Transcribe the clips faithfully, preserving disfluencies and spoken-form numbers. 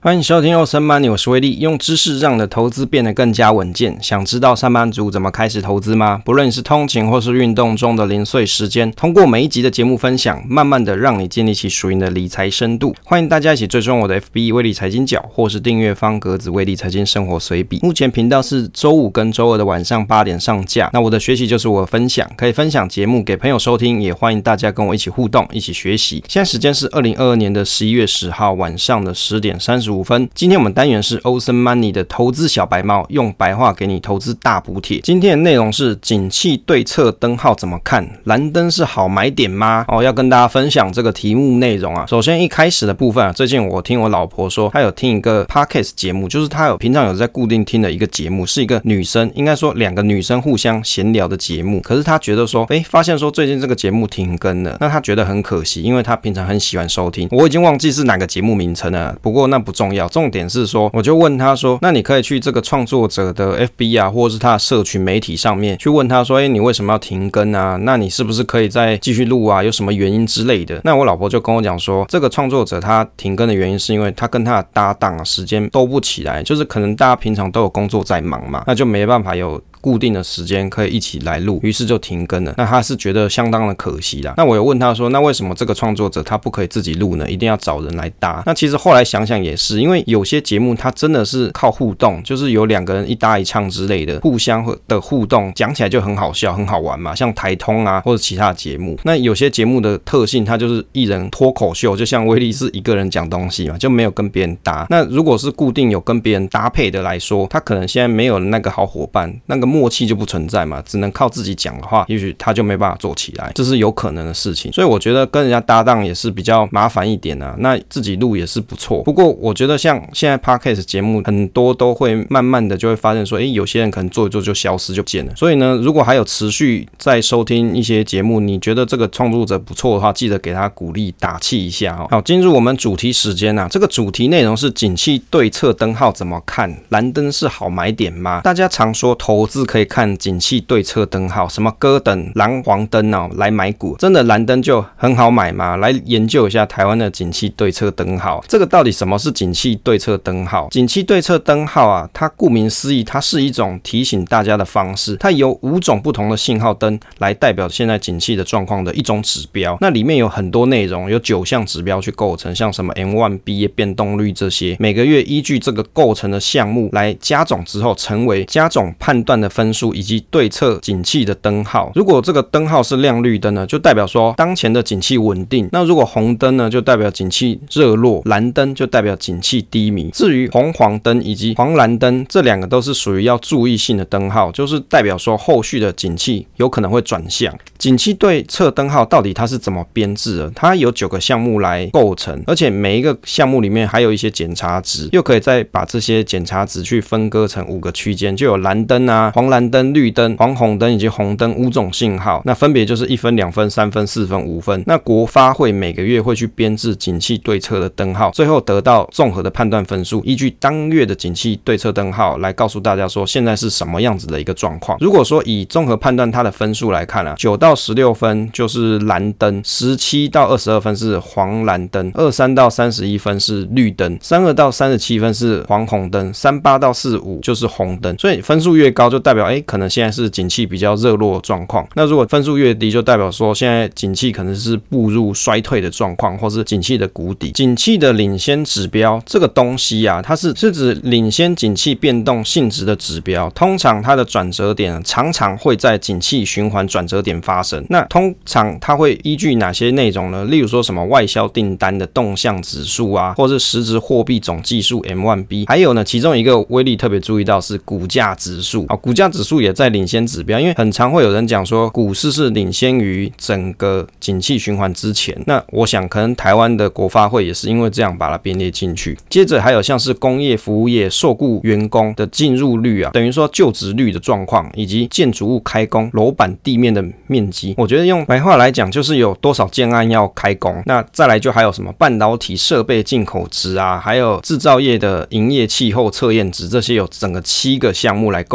欢迎收听Awesome Money，我是威力，用知识让你的投资变得更加稳健。想知道上班族怎么开始投资吗？不论你是通勤或是运动中的零碎时间，通过每一集的节目分享，慢慢的让你建立起属于你的理财深度。欢迎大家一起追踪我的 F B 威力财经角，或是订阅方格子威力财经生活随笔。目前频道是周五跟周二的晚上八点上架。那我的学习就是我的分享，可以分享节目给朋友收听，也欢迎大家跟我一起互动，一起学习。现在时间是二零二二年的十一月十号晚上的十点三十五分。今天我们单元是 Awesome Money 的投资小白猫，用白话给你投资大补帖。今天的内容是景气对策灯号怎么看？蓝灯是好买点吗？哦，要跟大家分享这个题目内容啊。首先一开始的部分啊，最近我听我老婆说，她有听一个 podcast 节目，就是她有平常有在固定听的一个节目，是一个女生，应该说两个女生互相闲聊的节目。可是她觉得说，哎，发现说最近这个节目停更了，那她觉得很可惜，因为她平常很喜欢收听。我已经忘记是哪个节目名称了，不过那不重要。重点是说，我就问他说，那你可以去这个创作者的 F B 啊，或者是他的社群媒体上面去问他说，哎，你为什么要停更啊？那你是不是可以再继续录啊？有什么原因之类的？那我老婆就跟我讲说，这个创作者他停更的原因是因为他跟他的搭档啊时间都不起来，就是可能大家平常都有工作在忙嘛，那就没办法有固定的时间可以一起来录，于是就停更了。那他是觉得相当的可惜啦。那我有问他说，那为什么这个创作者他不可以自己录呢？一定要找人来搭？那其实后来想想也是，因为有些节目它真的是靠互动，就是有两个人一搭一唱之类的，互相的互动，讲起来就很好笑很好玩嘛，像台通啊或者其他的节目。那有些节目的特性它就是艺人脱口秀，就像威力是一个人讲东西嘛，就没有跟别人搭。那如果是固定有跟别人搭配的来说，他可能现在没有那个好伙伴，那个默契就不存在嘛，只能靠自己讲的话，也许他就没办法做起来，这是有可能的事情。所以我觉得跟人家搭档也是比较麻烦一点啊，那自己录也是不错。不过我觉得像现在 podcast 节目很多都会慢慢的就会发现说，诶，有些人可能做一做就消失就不见了。所以呢，如果还有持续在收听一些节目，你觉得这个创作者不错的话，记得给他鼓励打气一下哦。好，进入我们主题时间啊，这个主题内容是景气对策灯号怎么看？蓝灯是好买点吗？大家常说投资可以看景气对策灯号，什么鸽灯、蓝黄灯哦，来买股，真的蓝灯就很好买吗？来研究一下台湾的景气对策灯号，这个到底什么是景气对策灯号？景气对策灯号啊，它顾名思义，它是一种提醒大家的方式，它有五种不同的信号灯来代表现在景气的状况的一种指标。那里面有很多内容，有九项指标去构成，像什么 M 一 B 变动率这些，每个月依据这个构成的项目来加总之后，成为加总判断的分数以及对策景气的灯号。如果这个灯号是亮绿灯呢，就代表说当前的景气稳定；那如果红灯呢，就代表景气热络；蓝灯就代表景气低迷。至于红黄灯以及黄蓝灯，这两个都是属于要注意性的灯号，就是代表说后续的景气有可能会转向。景气对策灯号到底它是怎么编制的？它有九个项目来构成，而且每一个项目里面还有一些检查值，又可以再把这些检查值去分割成五个区间，就有蓝灯啊、黄蓝灯、绿灯、黄红灯以及红灯五种信号。那分别就是一分、两分、三分、四分、五分。那国发会每个月会去编制景气对策的灯号，最后得到综合的判断分数，依据当月的景气对策灯号来告诉大家说现在是什么样子的一个状况。如果说以综合判断它的分数来看啊，九到十六分就是蓝灯，十七到二十二分是黄蓝灯，二十三到三十一分是绿灯，三十二到三十七分是黄红灯，三十八到四十五就是红灯。所以分数越高就代表哎，可能现在是景气比较热络的状况。那如果分数越低，就代表说现在景气可能是步入衰退的状况，或是景气的谷底。景气的领先指标这个东西啊，它是是指领先景气变动性质的指标，通常它的转折点常常会在景气循环转折点发生。那通常它会依据哪些内容呢？例如说什么外销订单的动向指数啊，或是实质货币总计数 M 一 B， 还有呢，其中一个威力特别注意到是股价指数。好，股价指数也在领先指标，因为很常会有人讲说股市是领先于整个景气循环之前。那我想可能台湾的国发会也是因为这样把它编列进去。接着还有像是工业服务业受雇员工的进入率啊，等于说就职率的状况，以及建筑物开工楼板地面的面积。我觉得用白话来讲就是有多少建案要开工。那再来就还有什么半导体设备进口值啊，还有制造业的营业气候测验值，这些有整个七个项目来构成每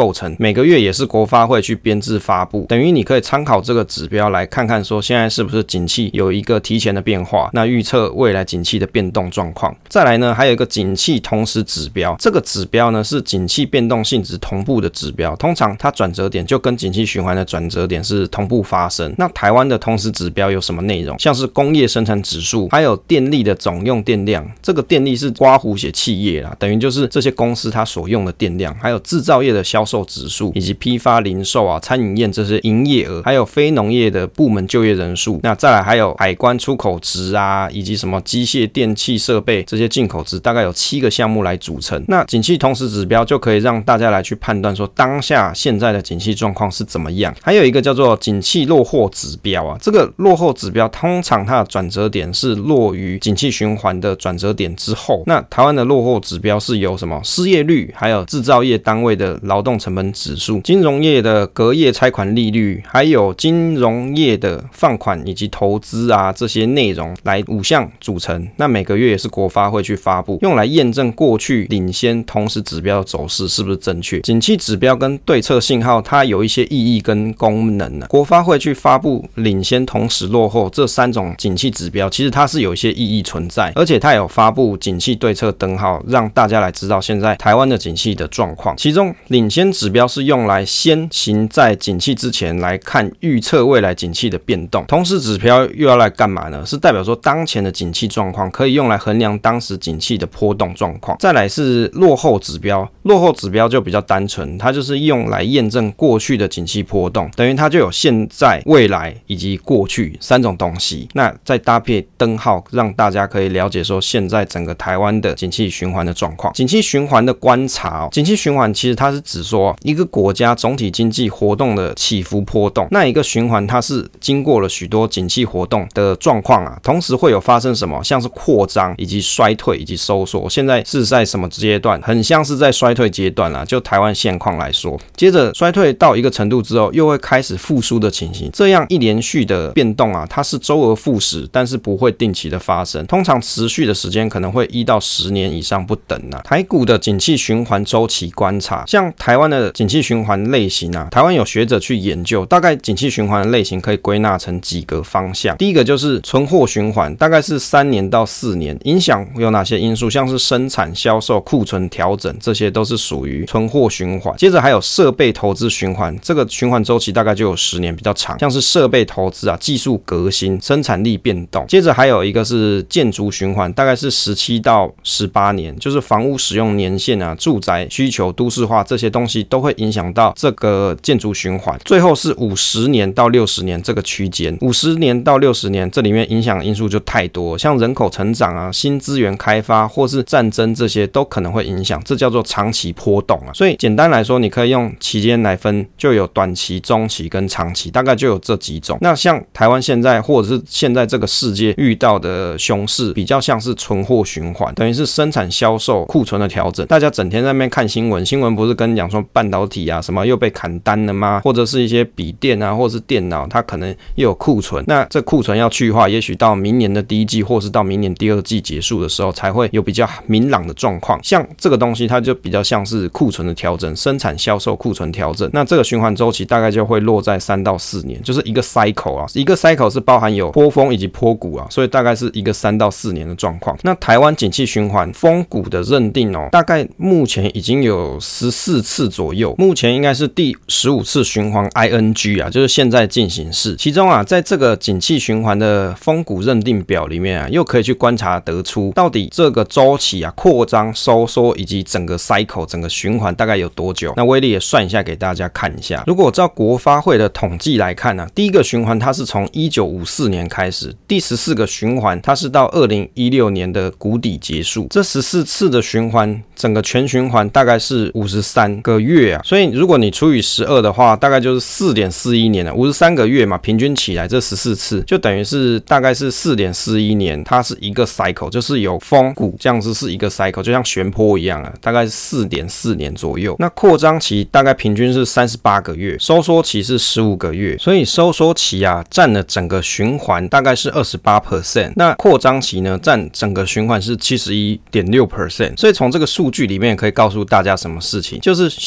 每个月也是国发会去编制发布，等于你可以参考这个指标来看看说现在是不是景气有一个提前的变化，那预测未来景气的变动状况。再来呢，还有一个景气同时指标，这个指标呢是景气变动性质同步的指标，通常它转折点就跟景气循环的转折点是同步发生。那台湾的同时指标有什么内容？像是工业生产指数，还有电力的总用电量，这个电力是刮胡写企业啦，等于就是这些公司它所用的电量，还有制造业的销售指数，以及批发零售啊、餐饮业这些营业额，还有非农业的部门就业人数。那再来还有海关出口值啊，以及什么机械电器设备这些进口值，大概有七个项目来组成。那景气同时指标就可以让大家来去判断说当下现在的景气状况是怎么样。还有一个叫做景气落后指标啊，这个落后指标通常它的转折点是落于景气循环的转折点之后。那台湾的落后指标是由什么失业率，还有制造业单位的劳动成本指数，金融业的隔夜拆款利率，还有金融业的放款以及投资啊这些内容来五项组成。那每个月也是国发会去发布，用来验证过去领先同时指标的走势是不是正确。景气指标跟对策信号它有一些意义跟功能啊，国发会去发布领先同时落后这三种景气指标，其实它是有一些意义存在，而且它有发布景气对策灯号，让大家来知道现在台湾的景气的状况。其中领先指标是用来先行在景气之前来看预测未来景气的变动，同时指标又要来干嘛呢？是代表说当前的景气状况可以用来衡量当时景气的波动状况。再来是落后指标，落后指标就比较单纯，它就是用来验证过去的景气波动，等于它就有现在、未来以及过去三种东西。那再搭配灯号，让大家可以了解说现在整个台湾的景气循环的状况。景气循环的观察、哦，景气循环其实它是指说一个国家总体经济活动的起伏波动。那一个循环它是经过了许多景气活动的状况啊，同时会有发生什么，像是扩张以及衰退以及收缩。现在是在什么阶段？很像是在衰退阶段啦、啊，就台湾现况来说，接着衰退到一个程度之后，又会开始复苏的情形。这样一连续的变动啊，它是周而复始，但是不会定期的发生，通常持续的时间可能会一到十年以上不等啊。台股的景气循环周期观察，像台湾的景气循环类型啊，台湾有学者去研究，大概景气循环的类型可以归纳成几个方向。第一个就是存货循环，大概是三年到四年，影响有哪些因素？像是生产、销售、库存调整，这些都是属于存货循环。接着还有设备投资循环，这个循环周期大概就有十年，比较长，像是设备投资啊、技术革新、生产力变动。接着还有一个是建筑循环，大概是十七到十八年，就是房屋使用年限啊、住宅需求、都市化这些东西都会影响到这个建筑循环。最后是五十年到六十年这个区间，五十年到六十年这里面影响因素就太多，像人口成长啊、新资源开发或是战争，这些都可能会影响，这叫做长期波动啊。所以简单来说，你可以用期间来分，就有短期、中期跟长期，大概就有这几种。那像台湾现在或者是现在这个世界遇到的熊市，比较像是存货循环，等于是生产、销售、库存的调整。大家整天在那边看新闻，新闻不是跟你讲说半导体啊什么又被砍单了吗？或者是一些笔电啊，或者是电脑，它可能又有库存。那这库存要去化，也许到明年的第一季，或是到明年第二季结束的时候，才会有比较明朗的状况。像这个东西，它就比较像是库存的调整，生产、销售、库存调整。那这个循环周期大概就会落在三到四年，就是一个 cycle 啊，一个 cycle 是包含有波峰以及波谷啊，所以大概是一个三到四年的状况。那台湾景气循环峰谷的认定哦，大概目前已经有十四次左右，目前应该是第十五次循环 I N G 啊，就是现在进行式。其中啊，在这个景气循环的峰谷认定表里面啊，又可以去观察得出到底这个周期啊，扩张、收缩以及整个 cycle 整个循环大概有多久。那威力也算一下给大家看一下，如果照国发会的统计来看啊，第一个循环它是从一九五四年开始，第十四个循环它是到二零一六年的谷底结束。这十四次的循环，整个全循环大概是五十三个月啊，所以如果你除以十二的话，大概就是 四点四一年了，五十三个月嘛，平均起来这十四次就等于是大概是 四点四一年，它是一个 cycle， 就是有峰谷这样子是一个 cycle， 就像旋波一样啊，大概是 四点四年左右。那扩张期大概平均是三十八个月，收缩期是十五个月，所以收缩期啊占了整个循环大概是 百分之二十八， 那扩张期呢占整个循环是 百分之七十一点六， 所以从这个数据里面可以告诉大家什么事情，就是熊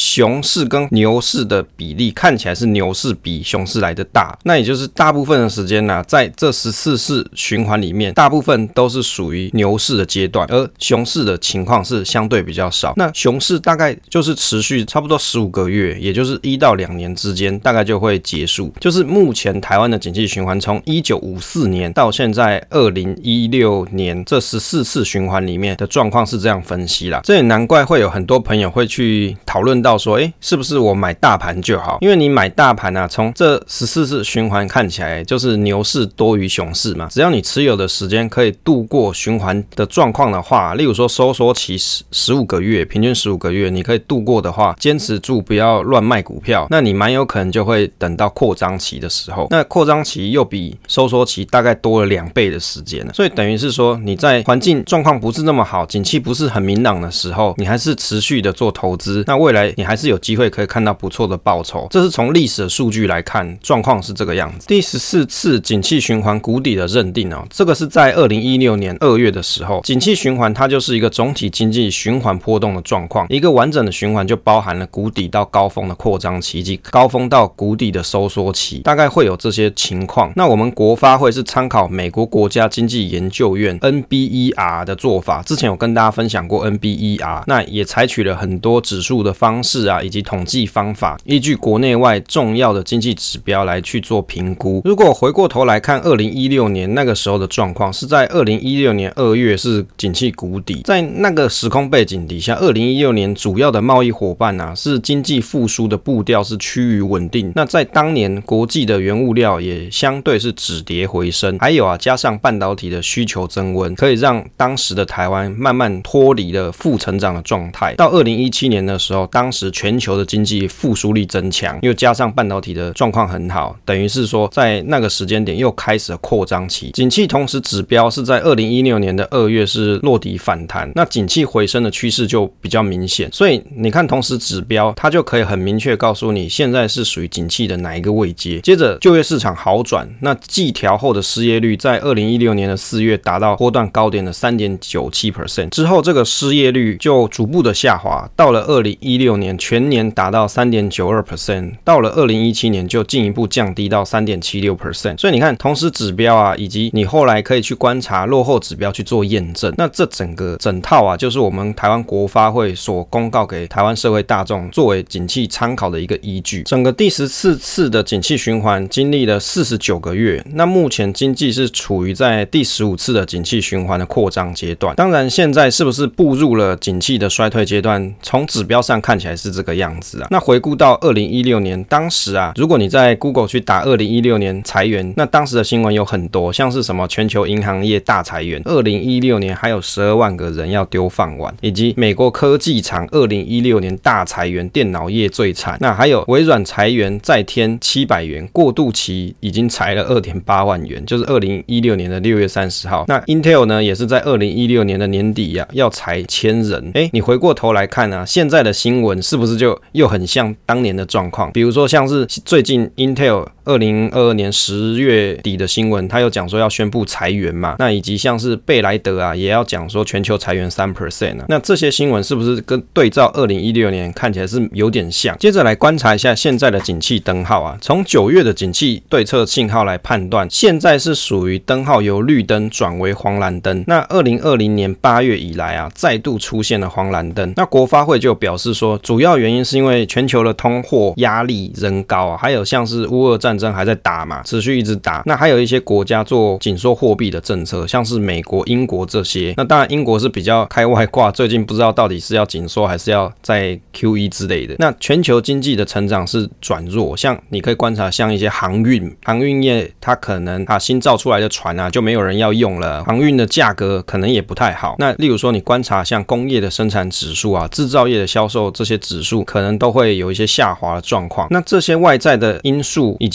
市跟牛市的比例看起来是牛市比熊市来的大，那也就是大部分的时间啊，在这十四次循环里面，大部分都是属于牛市的阶段，而熊市的情况是相对比较少。那熊市大概就是持续差不多十五个月，也就是一到两年之间，大概就会结束。就是目前台湾的景气循环从一九五四年到现在二零一六年这十四次循环里面的状况是这样分析啦。这也难怪会有很多朋友会去讨论到说，诶，是不是我买大盘就好？因为你买大盘啊，从这十四次循环看起来就是牛市多于熊市嘛。只要你持有的时间可以度过循环的状况的话，例如说收缩期十五个月，平均十五个月，你可以度过的话，坚持住不要乱卖股票，那你蛮有可能就会等到扩张期的时候，那扩张期又比收缩期大概多了两倍的时间了。所以等于是说你在环境状况不是那么好，景气不是很明朗的时候，你还是持续的做投资，那未来你还是有机会可以看到不错的报酬。这是从历史的数据来看，状况是这个样子。第十四次景气循环谷底的认定哦，这个是在二零一六年二月的时候，景气循环它就是一个总体经济循环波动的状况，一个完整的循环就包含了谷底到高峰的扩张期以及高峰到谷底的收缩期，大概会有这些情况。那我们国发会是参考美国国家经济研究院 N B E R 的做法，之前有跟大家分享过 N B E R， 那也采取了很多指数的方式啊，以及统计方法，依据国内外重要的经济指标来去做评估。如果回过头来看二零一六年那个时候的状况，是在二零一六年二月是景气谷底，在那个时空背景底下，二零一六年主要的贸易伙伴啊，是经济复苏的步调是趋于稳定。那在当年国际的原物料也相对是止跌回升，还有啊，加上半导体的需求增温，可以让当时的台湾慢慢脱离了负成长的状态。到二零一七年的时候，当时全球的经济复苏力增强，又加上半导体的状况很好，等于是说在那个时间点又开始了扩张期。景气同时指标是在二零一六年的二月是落底反弹，那景气回升的趋势就比较明显。所以你看同时指标，它就可以很明确告诉你现在是属于景气的哪一个位阶。接着就业市场好转，那季调后的失业率在二零一六年的四月达到波段高点的 百分之三点九七， 之后这个失业率就逐步的下滑，到了二零一六年全年达到 百分之三点九二， 到了二零一七年就进一步降低到 百分之三点七六。 所以你看同时指标啊，以及你后来可以去观察落后指标去做验证，那这整个整套啊，就是我们台湾国发会所公告给台湾社会大众作为景气参考的一个依据。整个第十四次的景气循环经历了四十九个月，那目前经济是处于在第十五次的景气循环的扩张阶段。当然现在是不是步入了景气的衰退阶段，从指标上看起来是这个样子啊。那回顾到二零一六年，当时啊，如果你在 Google 去打二零一六年裁员，那当时的新闻有很多，像是什么全球银行业大裁员，二零一六年还有十二万个人要丢饭碗，以及美国科技厂二零一六年大裁员，电脑业最惨。那还有微软裁员再添七百元，过渡期已经裁了 二点八万元，就是二零一六年的六月三十号。那 Intel 呢也是在二零一六年的年底啊要裁千人。诶，你回过头来看啊，现在的新闻是不是就又很像当年的状况？比如说像是最近 Intel二零二二年十月底的新闻，他有讲说要宣布裁员嘛，那以及像是贝莱德啊也要讲说全球裁员 百分之三、啊、那这些新闻是不是跟对照二零一六年看起来是有点像？接着来观察一下现在的景气灯号啊，从九月的景气对策信号来判断，现在是属于灯号由绿灯转为黄蓝灯。那二零二零年八月以来啊，再度出现了黄蓝灯。那国发会就表示说，主要原因是因为全球的通货压力仍高啊，还有像是乌俄战争还在打嘛，持续一直打。那还有一些国家做紧缩货币的政策，像是美国、英国这些。那当然英国是比较开外挂，最近不知道到底是要紧缩还是要在 Q E 之类的。那全球经济的成长是转弱，像你可以观察像一些航运，航运业它可能啊新造出来的船啊就没有人要用了，航运的价格可能也不太好。那例如说你观察像工业的生产指数啊、制造业的销售这些指数，可能都会有一些下滑的状况。那这些外在的因素以及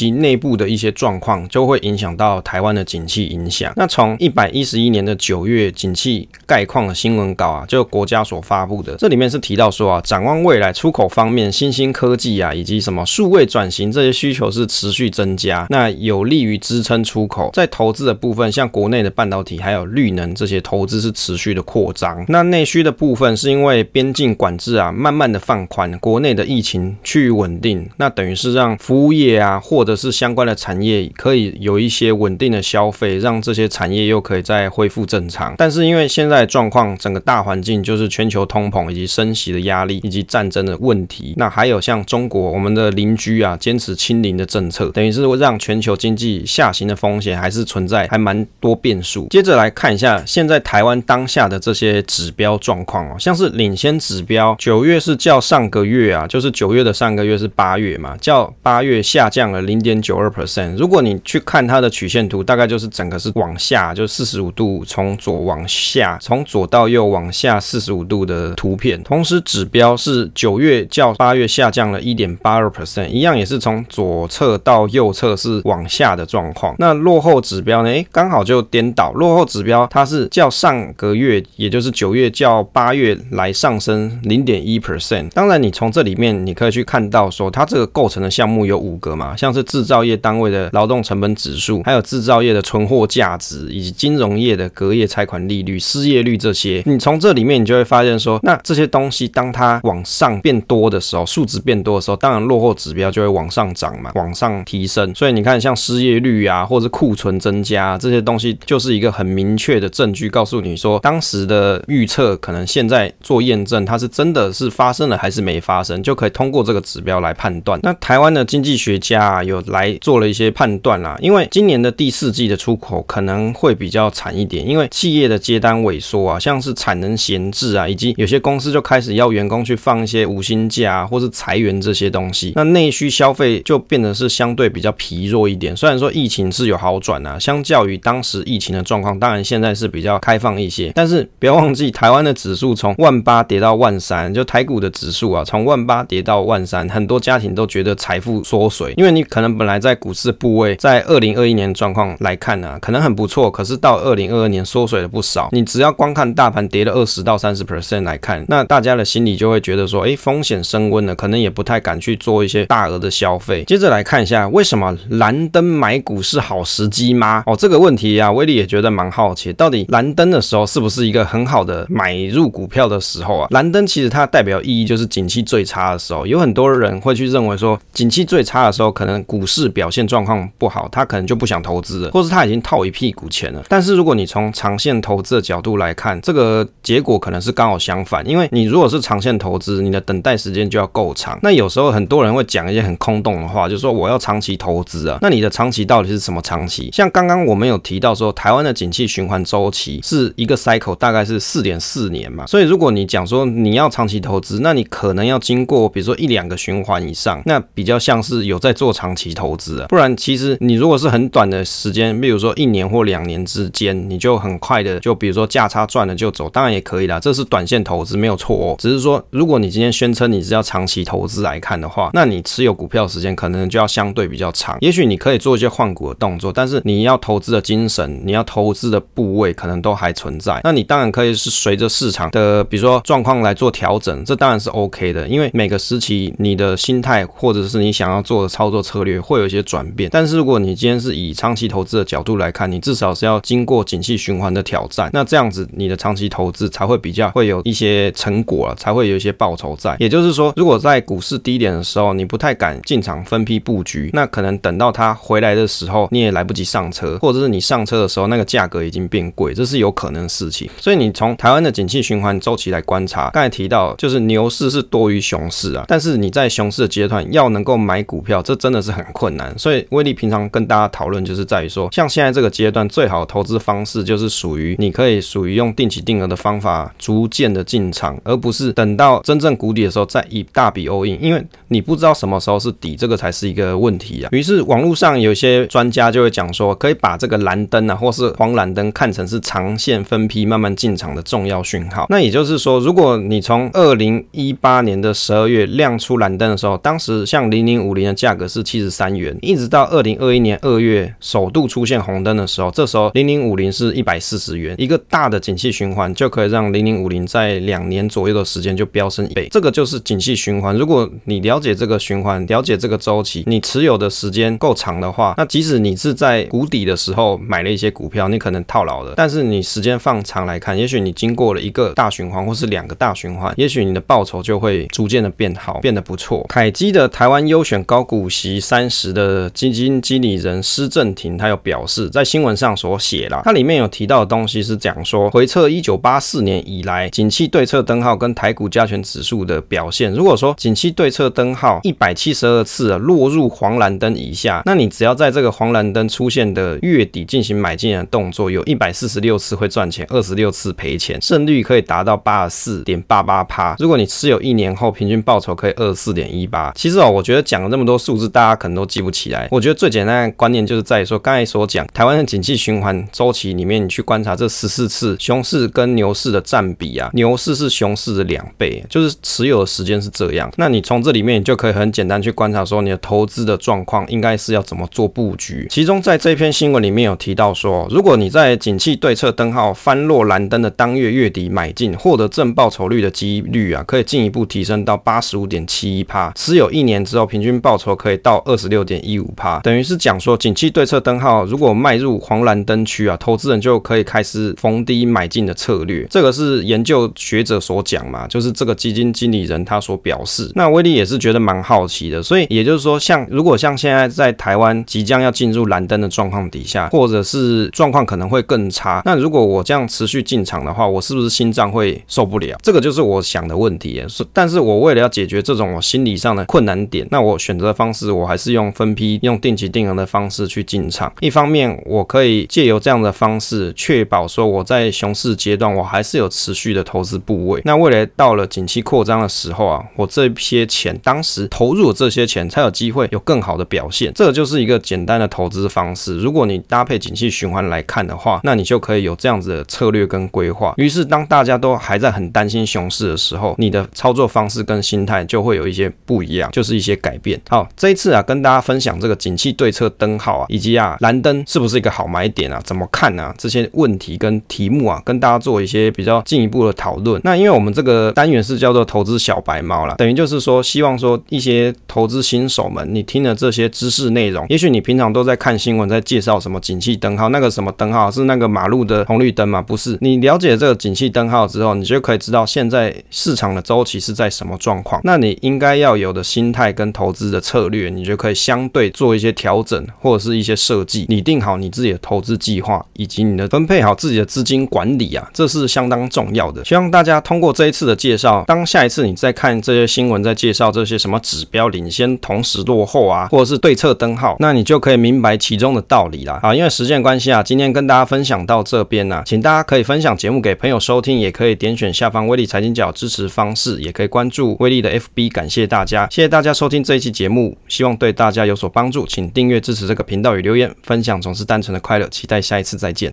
及内部的一些状况，就会影响到台湾的景气影响。那从一百一十一年的九月景气概况的新闻稿啊，就国家所发布的，这里面是提到说啊，展望未来出口方面，新兴科技啊以及什么数位转型这些需求是持续增加，那有利于支撑出口。在投资的部分，像国内的半导体还有绿能这些投资是持续的扩张。那内需的部分是因为边境管制啊慢慢的放宽，国内的疫情趋于稳定，那等于是让服务业啊或者是相关的产业可以有一些稳定的消费，让这些产业又可以再恢复正常。但是因为现在的状况，整个大环境就是全球通膨以及升息的压力以及战争的问题，那还有像中国我们的邻居啊坚持清零的政策，等于是会让全球经济下行的风险还是存在，还蛮多变数。接着来看一下现在台湾当下的这些指标状况哦，像是领先指标，九月是较上个月啊，就是九月的上个月是八月嘛，较八月下降了 百分之零点九二。如果你去看它的曲线图，大概就是整个是往下，就四十五度从左往下，从左到右往下四十五度的图片。同时指标是九月较八月下降了 百分之一点八二， 一样也是从左侧到右侧是往下的状况。那落后指标呢，诶，刚好就颠倒，落后指标它是较上个月，也就是九月较八月来上升 百分之零点一。当然你从这里面你可以去看到说，它这个构成的项目有五个嘛，像是制造业单位的劳动成本指数，还有制造业的存货价值，以及金融业的隔夜拆款利率、失业率这些。你从这里面你就会发现说，那这些东西当它往上变多的时候，数值变多的时候，当然落后指标就会往上涨嘛，往上提升。所以你看像失业率啊，或者库存增加这些东西，就是一个很明确的证据，告诉你说当时的预测可能现在做验证，它是真的是发生了还是没发生，就可以通过这个指标来判断。那台湾的经济学家啊，有来做了一些判断啦，因为今年的第四季的出口可能会比较惨一点，因为企业的接单萎缩啊，像是产能闲置啊，以及有些公司就开始要员工去放一些无薪假啊，或是裁员这些东西，那内需消费就变得是相对比较疲弱一点。虽然说疫情是有好转啊，相较于当时疫情的状况，当然现在是比较开放一些，但是不要忘记台湾的指数从万八跌到万三，就台股的指数啊，从万八跌到万三，很多家庭都觉得财富缩水，因为你可能本来在股市的部位，在二零二一年状况来看啊，可能很不错，可是到二零二二年缩水了不少。你只要光看大盘跌了 百分之二十到百分之三十 来看，那大家的心里就会觉得说，诶，风险升温了，可能也不太敢去做一些大额的消费。接着来看一下，为什么蓝灯买股是好时机吗？哦，这个问题啊，威力也觉得蛮好奇，到底蓝灯的时候是不是一个很好的买入股票的时候啊？蓝灯其实它代表意义就是景气最差的时候，有很多人会去认为说，景气最差的时候，可能股市表现状况不好，他可能就不想投资了，或是他已经套一屁股钱了。但是如果你从长线投资的角度来看，这个结果可能是刚好相反，因为你如果是长线投资，你的等待时间就要够长。那有时候很多人会讲一些很空洞的话，就是说我要长期投资啊，那你的长期到底是什么长期？像刚刚我们有提到说，台湾的景气循环周期是一个 cycle 大概是 四点四年嘛，所以如果你讲说你要长期投资，那你可能要经过比如说一两个循环以上，那比较像是有在做长期投资啊。不然其实你如果是很短的时间，比如说一年或两年之间，你就很快的就比如说价差赚了就走，当然也可以啦，这是短线投资没有错哦。只是说如果你今天宣称你是要长期投资来看的话，那你持有股票时间可能就要相对比较长。也许你可以做一些换股的动作，但是你要投资的精神，你要投资的部位可能都还存在。那你当然可以是随着市场的比如说状况来做调整，这当然是 OK 的，因为每个时期你的心态或者是你想要做的操作策略会有一些转变。但是如果你今天是以长期投资的角度来看，你至少是要经过景气循环的挑战，那这样子你的长期投资才会比较会有一些成果啊，才会有一些报酬在。也就是说，如果在股市低点的时候，你不太敢进场分批布局，那可能等到它回来的时候，你也来不及上车，或者是你上车的时候那个价格已经变贵，这是有可能的事情。所以你从台湾的景气循环周期来观察，刚才提到就是牛市是多于熊市啊，但是你在熊市的阶段要能够买股票，这真的是很困难。所以威力平常跟大家讨论就是在于说，像现在这个阶段最好的投资方式就是属于你可以属于用定期定额的方法逐渐的进场，而不是等到真正谷底的时候再一大笔 all in， 因为你不知道什么时候是底，这个才是一个问题啊。于是网络上有些专家就会讲说，可以把这个蓝灯啊或是黄蓝灯看成是长线分批慢慢进场的重要讯号。那也就是说，如果你从二零一八年的十二月亮出蓝灯的时候，当时像零零五零的价格是七十三元，一直到二零二一年二月首度出现红灯的时候，这时候零零五零是一百四十元，一个大的景气循环就可以让零零五零在两年左右的时间就飙升一倍，这个就是景气循环。如果你了解这个循环，了解这个周期，你持有的时间够长的话，那即使你是在谷底的时候买了一些股票，你可能套牢了，但是你时间放长来看，也许你经过了一个大循环或是两个大循环，也许你的报酬就会逐渐的变好，变得不错。凯基的台湾优选高股息三十的基金经理人施正廷，他有表示，在新闻上所写啦，他里面有提到的东西是讲说，回测一九八四年以来景气对策灯号跟台股加权指数的表现。如果说景气对策灯号一百七十二次落入黄蓝灯以下，那你只要在这个黄蓝灯出现的月底进行买进的动作，有一百四十六次会赚钱，二十六次赔钱，胜率可以达到 八十四点八八%。如果你持有一年后，平均报酬可以 二十四点一八。其实哦，我觉得讲了这么多数字，大家可能都记不起来。我觉得最简单的观念就是在于说，刚才所讲台湾的景气循环周期里面，你去观察这十四次熊市跟牛市的占比啊，牛市是熊市的两倍，就是持有的时间是这样。那你从这里面你就可以很简单去观察说，你的投资的状况应该是要怎么做布局。其中在这篇新闻里面有提到说，如果你在景气对策灯号翻落蓝灯的当月月底买进，获得正报酬率的几率啊，可以进一步提升到 八十五点七一%，持有一年之后平均报酬可以到 二十六点一五%。等于是讲说，景气对策灯号如果迈入黄蓝灯区啊，投资人就可以开始逢低买进的策略。这个是研究学者所讲嘛，就是这个基金经理人他所表示。那威力也是觉得蛮好奇的，所以也就是说，像如果像现在在台湾即将要进入蓝灯的状况底下，或者是状况可能会更差，那如果我这样持续进场的话，我是不是心脏会受不了？这个就是我想的问题耶。但是我为了要解决这种我心理上的困难点，那我选择的方式我还是用分批用定期定额的方式去进场。一方面我可以借由这样的方式确保说我在熊市阶段我还是有持续的投资部位，那未来到了景气扩张的时候啊，我这些钱当时投入的这些钱才有机会有更好的表现。这个就是一个简单的投资方式。如果你搭配景气循环来看的话，那你就可以有这样子的策略跟规划。于是当大家都还在很担心熊市的时候，你的操作方式跟心态就会有一些不一样，就是一些改变。好，这一次啊跟大家分享这个景气对策灯号啊，以及啊蓝灯是不是一个好买点啊，怎么看啊，这些问题跟题目啊，跟大家做一些比较进一步的讨论。那因为我们这个单元是叫做投资小白猫啦，等于就是说希望说一些投资新手们，你听了这些知识内容，也许你平常都在看新闻，在介绍什么景气灯号，那个什么灯号是那个马路的红绿灯吗？不是。你了解这个景气灯号之后，你就可以知道现在市场的周期是在什么状况，那你应该要有的心态跟投资的策略，你就可以相对做一些调整或者是一些设计，拟定好你自己的投资计划，以及你的分配好自己的资金管理啊，这是相当重要的。希望大家通过这一次的介绍，当下一次你再看这些新闻，在介绍这些什么指标领先同时落后啊，或者是对策灯号，那你就可以明白其中的道理啦。好，因为时间关系啊，今天跟大家分享到这边啊，请大家可以分享节目给朋友收听，也可以点选下方威力财经角支持方式，也可以关注威力的 F B。 感谢大家，谢谢大家收听这一期节目，希望对大家有所帮助，请订阅支持这个频道与留言分享，总是单纯的快乐，期待下一次再见。